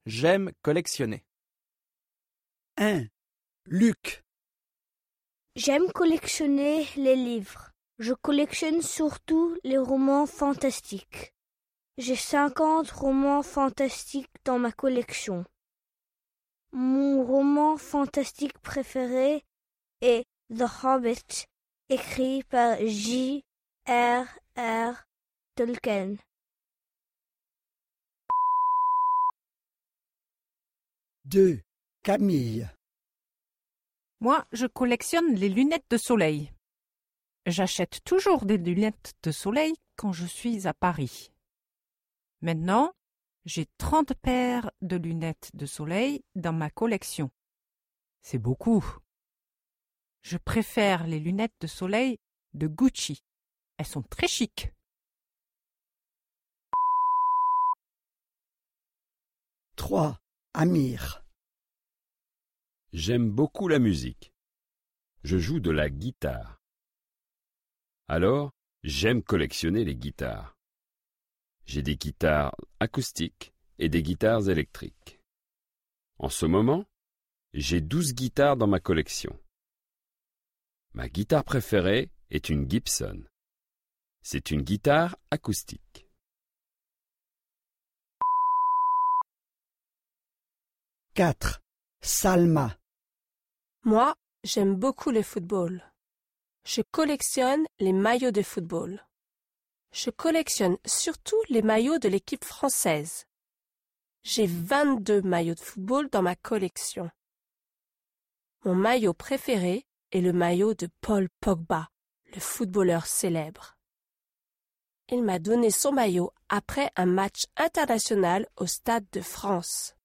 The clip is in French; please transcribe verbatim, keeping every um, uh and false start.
J'aime collectionner. un. Luc. J'aime collectionner les livres. Je collectionne surtout les romans fantastiques. J'ai cinquante romans fantastiques dans ma collection. Mon roman fantastique préféré est The Hobbit, écrit par J R R Tolkien. deux. Camille. Moi, je collectionne les lunettes de soleil. J'achète toujours des lunettes de soleil quand je suis à Paris. Maintenant, j'ai trente paires de lunettes de soleil dans ma collection. C'est beaucoup. Je préfère les lunettes de soleil de Gucci. Elles sont très chics. trois. Amir. J'aime beaucoup la musique. Je joue de la guitare. Alors, j'aime collectionner les guitares. J'ai des guitares acoustiques et des guitares électriques. En ce moment, j'ai douze guitares dans ma collection. Ma guitare préférée est une Gibson. C'est une guitare acoustique. quatre. Salma. Moi, j'aime beaucoup le football. Je collectionne les maillots de football. Je collectionne surtout les maillots de l'équipe française. J'ai vingt-deux maillots de football dans ma collection. Mon maillot préféré est le maillot de Paul Pogba, le footballeur célèbre. Il m'a donné son maillot après un match international au Stade de France.